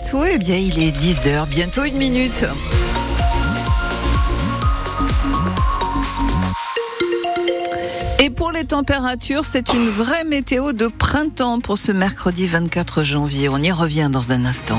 Poitou. Eh bien, il est 10h, bientôt 1 minute. Et pour les températures, c'est une vraie météo de printemps pour ce mercredi 24 janvier. On y revient dans un instant.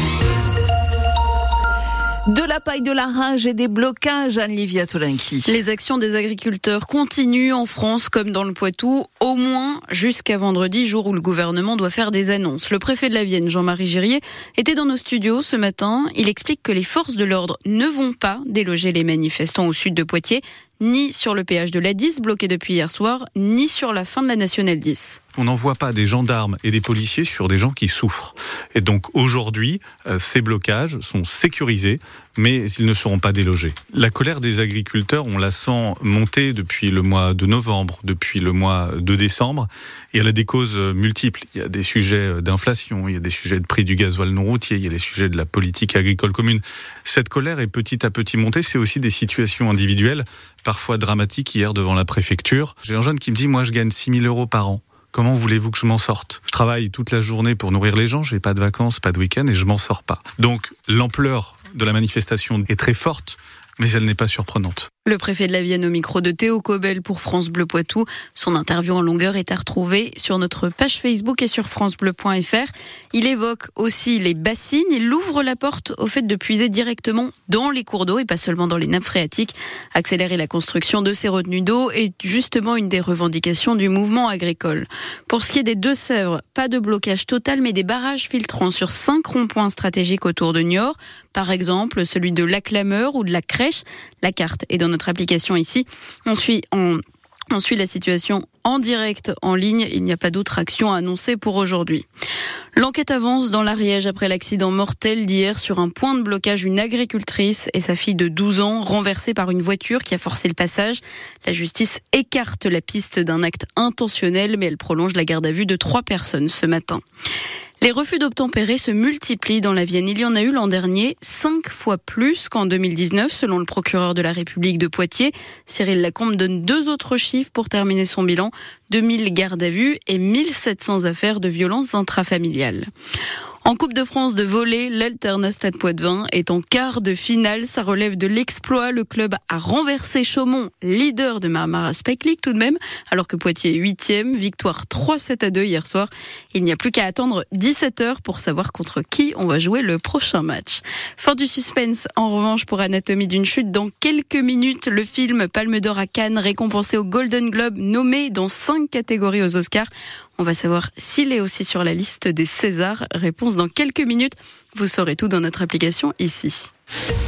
De la paille, de la rage et des blocages, Anne-Livia Tolinki. Les actions des agriculteurs continuent en France comme dans le Poitou, au moins jusqu'à vendredi, jour où le gouvernement doit faire des annonces. Le préfet de la Vienne, Jean-Marie Girier, était dans nos studios ce matin. Il explique que les forces de l'ordre ne vont pas déloger les manifestants au sud de Poitiers, ni sur le péage de l'A10, bloqué depuis hier soir, ni sur la fin de la Nationale 10. On n'envoie pas des gendarmes et des policiers sur des gens qui souffrent. Et donc aujourd'hui, ces blocages sont sécurisés, mais ils ne seront pas délogés. La colère des agriculteurs, on la sent monter depuis le mois de novembre, depuis le mois de décembre. Et elle a des causes multiples. Il y a des sujets d'inflation, il y a des sujets de prix du gasoil non routier, il y a des sujets de la politique agricole commune. Cette colère est petit à petit montée. C'est aussi des situations individuelles, parfois dramatiques. Hier, devant la préfecture, j'ai un jeune qui me dit « Moi, je gagne 6 000 € par an. Comment voulez-vous que je m'en sorte ? Je travaille toute la journée pour nourrir les gens, j'ai pas de vacances, pas de week-end et je m'en sors pas. » Donc, l'ampleur de la manifestation est très forte, mais elle n'est pas surprenante. Le préfet de la Vienne au micro de Théo Cobel pour France Bleu Poitou. Son interview en longueur est à retrouver sur notre page Facebook et sur francebleu.fr. Il évoque aussi les bassines. Il ouvre la porte au fait de puiser directement dans les cours d'eau et pas seulement dans les nappes phréatiques. Accélérer la construction de ces retenues d'eau est justement une des revendications du mouvement agricole. Pour ce qui est des Deux-Sèvres, pas de blocage total, mais des barrages filtrants sur 5 ronds-points stratégiques autour de Niort. Par exemple, celui de Laclameur ou de la Crèche. La carte est dans notre application ici. On suit la situation en direct en ligne. Il n'y a pas d'autre action à annoncer pour aujourd'hui. L'enquête avance dans l'Ariège après l'accident mortel d'hier sur un point de blocage. Une agricultrice et sa fille de 12 ans renversées par une voiture qui a forcé le passage. La justice écarte la piste d'un acte intentionnel, mais elle prolonge la garde à vue de 3 personnes ce matin. Les refus d'obtempérer se multiplient dans la Vienne. Il y en a eu l'an dernier 5 fois plus qu'en 2019, selon le procureur de la République de Poitiers. Cyril Lacombe donne 2 autres chiffres pour terminer son bilan. 2000 gardes à vue et 1700 affaires de violences intrafamiliales. En Coupe de France de volley, l'Alternat Stade Poitvin est en quart de finale. Ça relève de l'exploit. Le club a renversé Chaumont, leader de Marmara Spike League tout de même, alors que Poitiers est 8e. Victoire 3-7-2 hier soir. Il n'y a plus qu'à attendre 17h pour savoir contre qui on va jouer le prochain match. Fin du suspense, en revanche, pour Anatomie d'une chute. Dans quelques minutes, le film Palme d'Or à Cannes, récompensé au Golden Globe, nommé dans 5 catégories aux Oscars. On va savoir s'il est aussi sur la liste des Césars. Réponse dans quelques minutes. Vous saurez tout dans notre application ici.